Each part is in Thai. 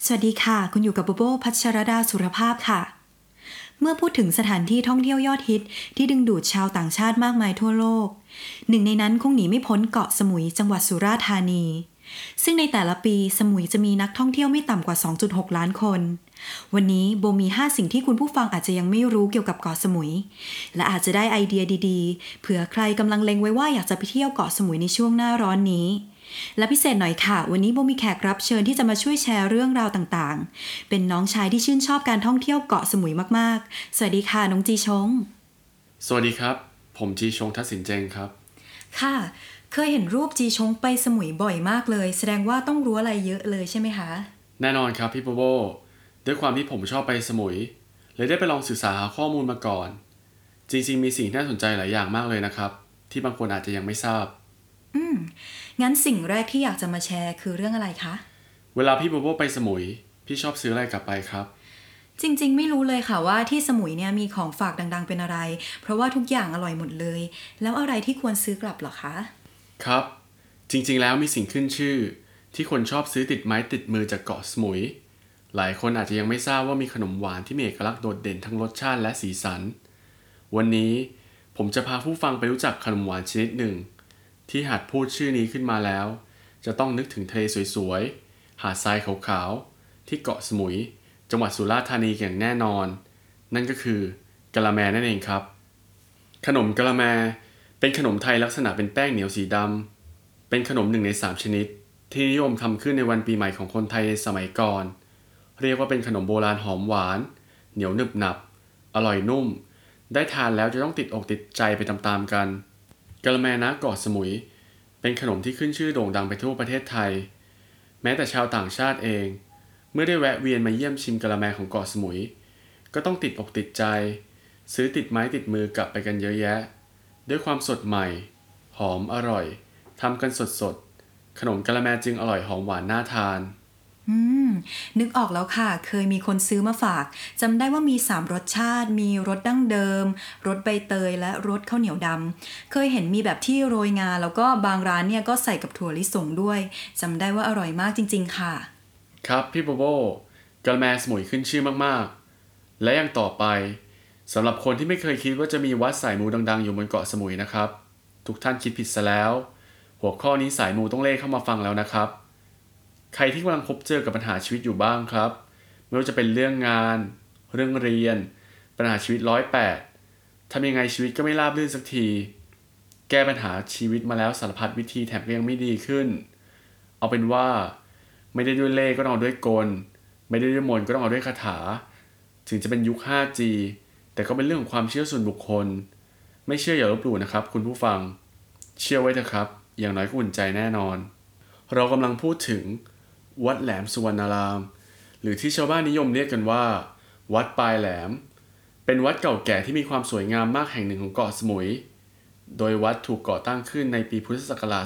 วัสดีค่ะคุณอยู่กับโบโบพัชรดาสุรภาพค่ะเมื่อพูดถึงสถานที่ท่องเที่ยวยอดฮิตที่ดึงดูดชาวต่างชาติมากมายทั่วโลกหนึ่งในนั้นคงหนีไม่พ้นเกาะสมุยจังหวัดสุราษฎร์ธานีซึ่งในแต่ละปีสมุยจะมีนักท่องเที่ยวไม่ต่ำกว่า 2.6 ล้านคนวันนี้โบมี 5 สิ่งที่คุณผู้ฟังอาจจะยังไม่รู้เกี่ยวกับเกาะสมุยและอาจจะได้ไอเดียดีๆเผื่อใครกำลังเล็งไว้ว่าอยากจะไปเที่ยวเกาะสมุยในช่วงหน้าร้อนนี้และพิเศษหน่อยค่ะวันนี้โบมีแขกรับเชิญที่จะมาช่วยแชร์เรื่องราวต่างๆเป็นน้องชายที่ชื่นชอบการท่องเที่ยวเกาะสมุยมากๆสวัสดีค่ะน้องจีชงสวัสดีครับผมจีชงทัศน์สินเจงครับค่ะเคยเห็นรูปจีชงไปสมุยบ่อยมากเลยแสดงว่าต้องรู้อะไรเยอะเลยใช่ไหมคะแน่นอนครับพี่โบโบด้วยความที่ผมชอบไปสมุยเลยได้ไปลองศึกษาหาข้อมูลมาก่อนจริงๆมีสิ่งที่น่าสนใจหลายอย่างมากเลยนะครับที่บางคนอาจจะยังไม่ทราบงั้นสิ่งแรกที่อยากจะมาแชร์คือเรื่องอะไรคะเวลาพี่โบโบไปสมุยพี่ชอบซื้ออะไรกลับไปครับจริงๆไม่รู้เลยค่ะว่าที่สมุยเนี่ยมีของฝากดังๆเป็นอะไรเพราะว่าทุกอย่างอร่อยหมดเลยแล้วอะไรที่ควรซื้อกลับเหรอคะครับจริงๆแล้วมีสิ่งขึ้นชื่อที่คนชอบซื้อติดไม้ติดมือจากเกาะสมุยหลายคนอาจจะยังไม่ทราบว่ามีขนมหวานที่มีเอกลักษณ์โดดเด่นทั้งรสชาติและสีสันวันนี้ผมจะพาผู้ฟังไปรู้จักขนมหวานชนิดหนึ่งที่หากพูดชื่อนี้ขึ้นมาแล้วจะต้องนึกถึงทะเลสวยๆหาดทรายขาวๆที่เกาะสมุยจังหวัดสุราษฎร์ธานีอย่างแน่นอนนั่นก็คือกะละแมนั่นเองครับขนมกะละแมเป็นขนมไทยลักษณะเป็นแป้งเหนียวสีดำเป็นขนม1 ใน 3ชนิดที่นิยมทำขึ้นในวันปีใหม่ของคนไทยในสมัยก่อนเรียกว่าเป็นขนมโบราณหอมหวานเหนียวหนึบหนับอร่อยนุ่มได้ทานแล้วจะต้องติดอกติดใจไปตามๆกันกะละแมณเกาะสมุยเป็นขนมที่ขึ้นชื่อโด่งดังไปทั่วประเทศไทยแม้แต่ชาวต่างชาติเองเมื่อได้แวะเวียนมาเยี่ยมชิมกะละแมของเกาะสมุยก็ต้องติดอกติดใจซื้อติดไม้ติดมือกลับไปกันเยอะแยะด้วยความสดใหม่หอมอร่อยทำกันสดๆขนมกะละแมจึงอร่อยหอมหวานน่าทานนึกออกแล้วค่ะเคยมีคนซื้อมาฝากจำได้ว่ามี3รสชาติมีรสดั้งเดิมรสใบเตยและรสข้าวเหนียวดำเคยเห็นมีแบบที่โรยงาแล้วก็บางร้านเนี่ยก็ใส่กับถั่วลิสงด้วยจำได้ว่าอร่อยมากจริงๆค่ะครับพี่โบโบกะละแมสมุยขึ้นชื่อมากๆและอย่างต่อไปสำหรับคนที่ไม่เคยคิดว่าจะมีวัดสายมูดังๆอยู่บนเกาะสมุยนะครับทุกท่านคิดผิดซะแล้วหัวข้อนี้สายมูต้องเล่เข้ามาฟังแล้วนะครับใครที่กำลังพบเจอกับปัญหาชีวิตอยู่บ้างครับไม่ว่าจะเป็นเรื่องงานเรื่องเรียนปัญหาชีวิต108ทำยังไงชีวิตก็ไม่ราบรื่นสักทีแก้ปัญหาชีวิตมาแล้วสารพัดวิธีแถมก็ยังไม่ดีขึ้นเอาเป็นว่าไม่ได้ด้วยเล่ห์ก็ต้องเอาด้วยกลไม่ได้ด้วยมนต์ก็ต้องเอาด้วยคาถาถึงจะเป็นยุค 5G แต่ก็เป็นเรื่องของความเชื่อส่วนบุคคลไม่เชื่ออย่าลบหลู่นะครับคุณผู้ฟังเชื่อไว้เถอะครับอย่างน้อยก็อุ่นใจแน่นอนเรากำลังพูดถึงวัดแหลมสุวรรณารามหรือที่ชาวบ้านนิยมเรียกกันว่าวัดปลายแหลมเป็นวัดเก่าแก่ที่มีความสวยงามมากแห่งหนึ่งของเกาะสมุยโดยวัดถูกก่อตั้งขึ้นในปีพุทธศักราช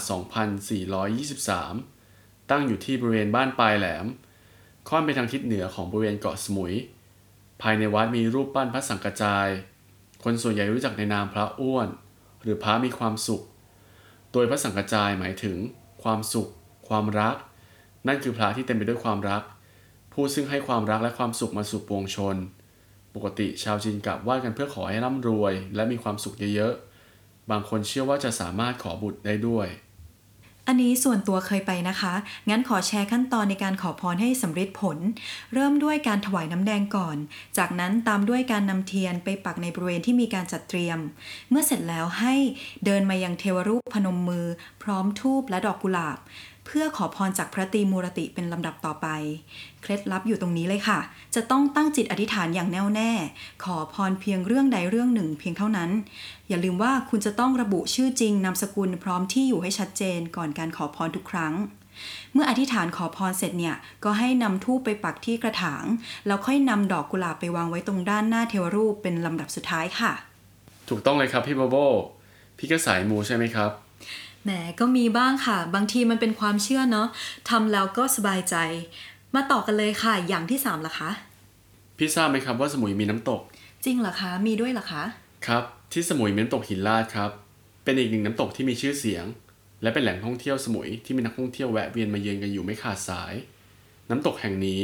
2423 ตั้งอยู่ที่บริเวณบ้านปลายแหลมค่อนไปทางทิศเหนือของบริเวณเกาะสมุยภายในวัดมีรูปปั้นพระสังฆจายคนส่วนใหญ่รู้จักในนามพระอ้วนหรือพระมีความสุขโดยพระสังฆจายหมายถึงความสุขความรักนั่นคือพระที่เต็มไปด้วยความรักผู้ซึ่งให้ความรักและความสุขมาสู่ปวงชนปกติชาวจีนกราบไหว้กันเพื่อขอให้ร่ำรวยและมีความสุขเยอะๆบางคนเชื่อว่าจะสามารถขอบุตรได้ด้วยอันนี้ส่วนตัวเคยไปนะคะงั้นขอแชร์ขั้นตอนในการขอพรให้สำเร็จผลเริ่มด้วยการถวายน้ำแดงก่อนจากนั้นตามด้วยการนำเทียนไปปักในบริเวณที่มีการจัดเตรียมเมื่อเสร็จแล้วให้เดินมายังเทวรูปพนมมือพร้อมธูปและดอกกุหลาบเพื่อขอพรจากพระตรีมูรติเป็นลำดับต่อไปเคล็ดลับอยู่ตรงนี้เลยค่ะจะต้องตั้งจิตอธิษฐานอย่างแน่วแน่ขอพรเพียงเรื่องใดเรื่องหนึ่งเพียงเท่านั้นอย่าลืมว่าคุณจะต้องระบุชื่อจริงนามสกุลพร้อมที่อยู่ให้ชัดเจนก่อนการขอพรทุกครั้งเมื่ออธิษฐานขอพรเสร็จเนี่ยก็ให้นำธูปไปปักที่กระถางแล้วค่อยนำดอกกุหลาบไปวางไว้ตรงด้านหน้าเทวรูปเป็นลำดับสุดท้ายค่ะถูกต้องเลยครับพี่โบโบพี่ก็สายมูใช่ไหมครับแหมก็มีบ้างค่ะบางทีมันเป็นความเชื่อเนาะทำแล้วก็สบายใจมาต่อกันเลยค่ะอย่างที่3ล่ะคะพี่ทราบไหมครับว่าสมุยมีน้ำตกจริงเหรอคะมีด้วยเหรอคะครับที่สมุยมีน้ำตกหินลาดครับเป็นอีกหนึ่งน้ำตกที่มีชื่อเสียงและเป็นแหล่งท่องเที่ยวสมุยที่มีนักท่องเที่ยวแวะเวียนมาเยือนกันอยู่ไม่ขาดสายน้ำตกแห่งนี้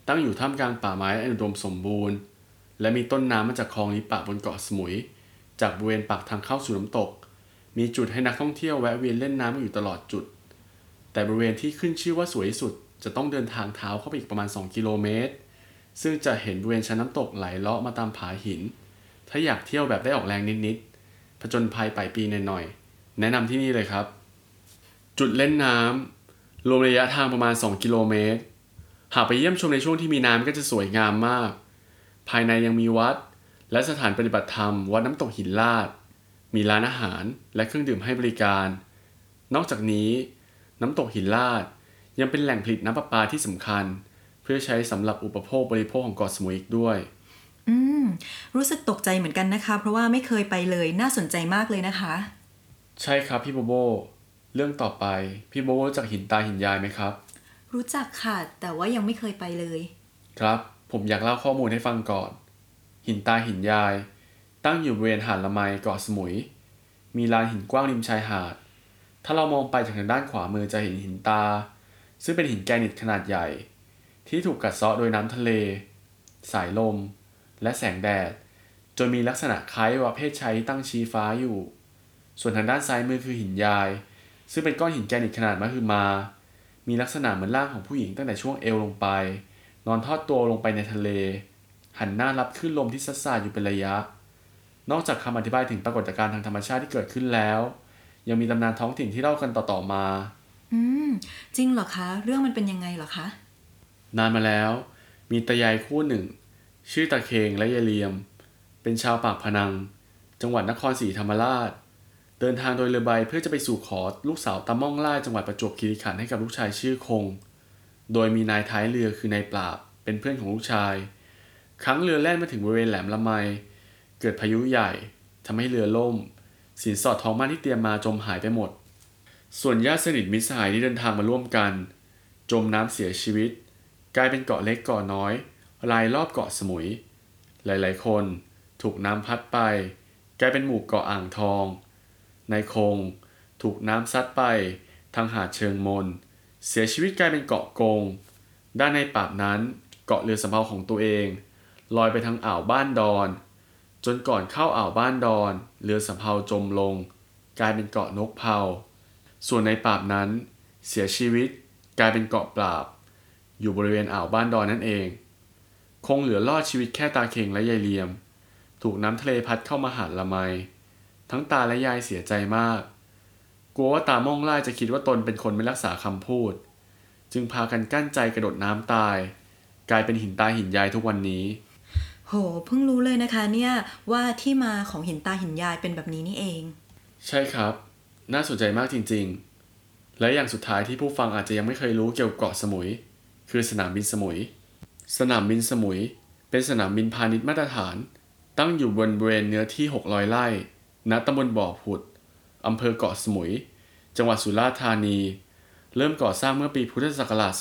ตั้งอยู่ท่ามกลางป่าไม้อันอุดมสมบูรณ์และมีต้นน้ำมาจากคลองลิปะบนเกาะสมุยจากบริเวณปากทางเข้าสู่น้ำตกมีจุดให้นักท่องเที่ยวแวะเวียนเล่นน้ำอยู่ตลอดจุดแต่บริเวณที่ขึ้นชื่อว่าสวยที่สุดจะต้องเดินทางเท้าเข้าไปอีกประมาณ2 กิโลเมตรซึ่งจะเห็นบริเวณชั้นน้ำตกไหลเลาะมาตามผาหินถ้าอยากเที่ยวแบบได้ออกแรงนิดๆผจญภัยปลายปีหน่อยๆแนะนำที่นี่เลยครับจุดเล่นน้ำรวมระยะทางประมาณ2 กิโลเมตรหากไปเยี่ยมชมในช่วงที่มีน้ำก็จะสวยงามมากภายในยังมีวัดและสถานปฏิบัติธรรมวัดน้ำตกหินลาดมีร้านอาหารและเครื่องดื่มให้บริการนอกจากนี้น้ำตกหินลาดยังเป็นแหล่งผลิตน้ำประปาที่สำคัญเพื่อใช้สำหรับอุปโภคบริโภคของเกาะสมุยอีกด้วยรู้สึกตกใจเหมือนกันนะคะเพราะว่าไม่เคยไปเลยน่าสนใจมากเลยนะคะใช่ครับพี่โบโบเรื่องต่อไปพี่โบโบรู้จักหินตาหินยายไหมครับรู้จักค่ะแต่ว่ายังไม่เคยไปเลยครับผมอยากเล่าข้อมูลให้ฟังก่อนหินตาหินยายตั้งอยู่บริเวณหาดละไมเกาะสมุยมีลานหินกว้างริมชายหาดถ้าเรามองไปจากทางด้านขวามือจะเห็นหินตาซึ่งเป็นหินแกรนิตขนาดใหญ่ที่ถูกกัดเซาะโดยน้ำทะเลสายลมและแสงแดดจนมีลักษณะคล้ายอวัยวะเพศชายที่ตั้งชี้ฟ้าอยู่ส่วนทางด้านซ้ายมือคือหินยายซึ่งเป็นก้อนหินแกรนิตขนาดมหึมามีลักษณะเหมือนร่างของผู้หญิงตั้งแต่ช่วงเอวลงไปนอนทอดตัวลงไปในทะเลหันหน้ารับคลื่นลมที่ซัดสายอยู่เป็นระยะนอกจากคำอธิบายถึงปรากฏการณ์ทางธรรมชาติที่เกิดขึ้นแล้วยังมีตำนานท้องถิ่นที่เล่ากันต่อๆมาจริงเหรอคะเรื่องมันเป็นยังไงเหรอคะนานมาแล้วมีตายายคู่หนึ่งชื่อตาเคงและยายเลียมเป็นชาวปากพนังจังหวัดนครศรีธรรมราชเดินทางโดยเรือใบเพื่อจะไปสู่ขอลูกสาวตาม่องล่าจังหวัดประจวบคีรีขันธ์ให้กับลูกชายชื่อคงโดยมีนายท้ายเรือคือนายปราบเป็นเพื่อนของลูกชายครั้งเรือแล่นมาถึงบริเวณแหลมละไมเกิดพายุใหญ่ทำให้เรือล่มสินสอดทองมั่นที่เตรียมมาจมหายไปหมดส่วนญาติสนิทมิตรสหายที่เดินทางมาร่วมกันจมน้ำเสียชีวิตกลายเป็นเกาะเล็กเกาะน้อยรายรอบเกาะสมุยหลายๆคนถูกน้ำพัดไปกลายเป็นหมู่เกาะอ่างทองนายคงถูกน้ำซัดไปทางหาดเชิงมนเสียชีวิตกลายเป็นเกาะกงด้านในปราบนั้นเกาะเรือสำเภาของตัวเองลอยไปทางอ่าวบ้านดอนจนก่อนเข้าอ่าวบ้านดอนเรือสำเภาจมลงกลายเป็นเกาะนกเผาส่วนในปราบนั้นเสียชีวิตกลายเป็นเกาะปราบอยู่บริเวณอ่าวบ้านดอนนั่นเองคงเหลือรอดชีวิตแค่ตาเข่งและยายเลียมถูกน้ำทะเลพัดเข้ามาหาดละไมทั้งตาและยายเสียใจมากกลัวว่าตาม่องล่าจะคิดว่าตนเป็นคนไม่รักษาคำพูดจึงพากันกั้นใจกระโดดน้ำตายกลายเป็นหินตาหินยายทุกวันนี้โหเพิ่งรู้เลยนะคะเนี่ยว่าที่มาของหินตาหินยายเป็นแบบนี้นี่เองใช่ครับน่าสนใจมากจริงๆและอย่างสุดท้ายที่ผู้ฟังอาจจะยังไม่เคยรู้เกี่ยวกับเกาะสมุยคือสนามบินสมุยสนามบินสมุยเป็นสนามบินพาณิชย์มาตรฐานตั้งอยู่บนบริเวณเนื้อที่600 ไร่ณตำบลบ่อผุดอำเภอเกาะสมุยจังหวัดสุราษฎร์ธานีเริ่มก่อสร้างเมื่อปีพุทธศักราช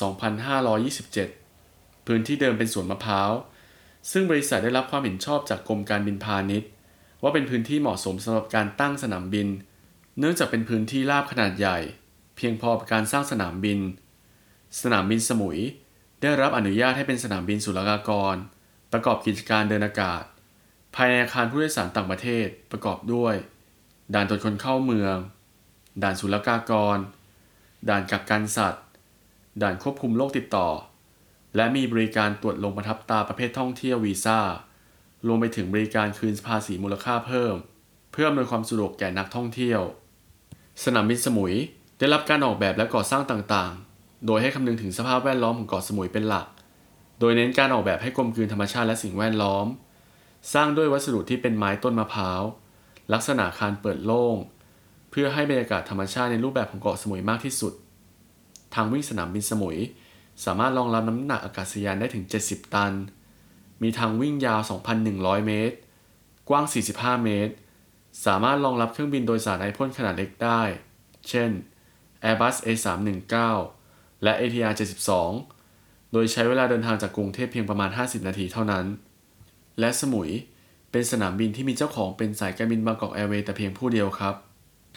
2527 พื้นที่เดิมเป็นสวนมะพร้าวซึ่งบริษัทได้รับความเห็นชอบจากกรมการบินพาณิชย์ว่าเป็นพื้นที่เหมาะสมสำหรับการตั้งสนามบินเนื่องจากเป็นพื้นที่ราบขนาดใหญ่เพียงพอกับการสร้างสนามบินสนามบินสมุยได้รับอนุญาตให้เป็นสนามบินศุลกากรประกอบกิจการเดินอากาศภายในอาคารผู้โดยสารต่างประเทศประกอบด้วยด่านตรวจคนเข้าเมืองด่านศุลกากรด่านกักกันสัตว์ด่านควบคุมโรคติดต่อและมีบริการตรวจลงประทับตราประเภทท่องเที่ยววีซ่ารวมไปถึงบริการคืนภาษีมูลค่าเพิ่มเพื่ออำนวยความสะดวกแก่นักท่องเที่ยวสนามบินสมุยได้รับการออกแบบและก่อสร้างต่างๆโดยให้คำนึงถึงสภาพแวดล้อมของเกาะสมุยเป็นหลักโดยเน้นการออกแบบให้กลมกลืนธรรมชาติและสิ่งแวดล้อมสร้างด้วยวัสดุที่เป็นไม้ต้นมะพร้าวลักษณะอาคารเปิดโล่งเพื่อให้บรรยากาศธรรมชาติในรูปแบบของเกาะสมุยมากที่สุดทางวิ่งสนามบินสมุยสามารถรองรับน้ำหนักอากาศยานได้ถึง70 ตันมีทางวิ่งยาว 2,100 เมตรกว้าง45 เมตรสามารถรองรับเครื่องบินโดยสารไอพ่นขนาดเล็กได้เช่น Airbus A319 และ ATR 72โดยใช้เวลาเดินทางจากกรุงเทพเพียงประมาณ50 นาทีเท่านั้นและสมุยเป็นสนามบินที่มีเจ้าของเป็นสายการบินบางกอกแอร์เวย์แต่เพียงผู้เดียวครับ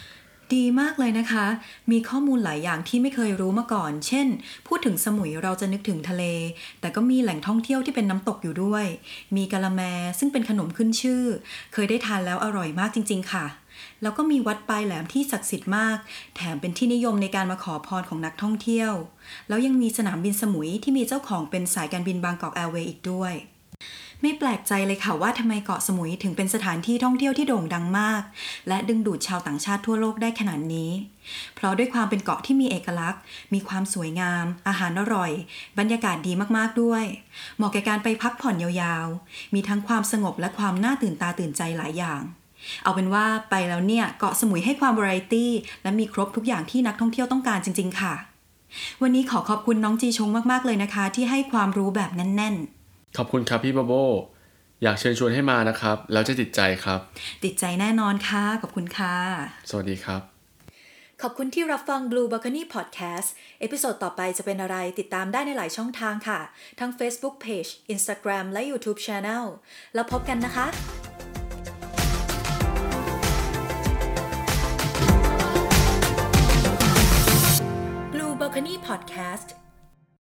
ดีมากเลยนะคะ มีข้อมูลหลายอย่างที่ไม่เคยรู้มาก่อน เช่น พูดถึงสมุยเราจะนึกถึงทะเล แต่ก็มีแหล่งท่องเที่ยวที่เป็นน้ำตกอยู่ด้วย มีกะละแมซึ่งเป็นขนมขึ้นชื่อ เคยได้ทานแล้วอร่อยมากจริงๆค่ะ แล้วก็มีวัดปลายแหลมที่ศักดิ์สิทธิ์มาก แถมเป็นที่นิยมในการมาขอพรของนักท่องเที่ยว แล้วยังมีสนามบินสมุยที่มีเจ้าของเป็นสายการบินบางกอกแอร์เวย์อีกด้วย ไม่แปลกใจเลยค่ะว่าทำไมเกาะสมุยถึงเป็นสถานที่ท่องเที่ยวที่โด่งดังมากและดึงดูดชาวต่างชาติทั่วโลกได้ขนาดนี้เพราะด้วยความเป็นเกาะที่มีเอกลักษณ์มีความสวยงามอาหารอร่อยบรรยากาศดีมากๆด้วยเหมาะแก่การไปพักผ่อนยาวๆมีทั้งความสงบและความน่าตื่นตาตื่นใจหลายอย่างเอาเป็นว่าไปแล้วเนี่ยเกาะสมุยให้ความวาไรตี้และมีครบทุกอย่างที่นักท่องเที่ยวต้องการจริงๆค่ะวันนี้ขอขอบคุณน้องจีชงมากๆเลยนะคะที่ให้ความรู้แบบแน่นๆขอบคุณครับพี่โบโบอยากเชิญชวนให้มานะครับแล้วจะติดใจครับติดใจแน่นอนค่ะขอบคุณค่ะสวัสดีครับขอบคุณที่รับฟัง Blue Balcony Podcast เอพิโซดต่อไปจะเป็นอะไรติดตามได้ในหลายช่องทางค่ะทั้ง Facebook Page Instagram และ YouTube Channel แล้วพบกันนะคะ Blue Balcony Podcast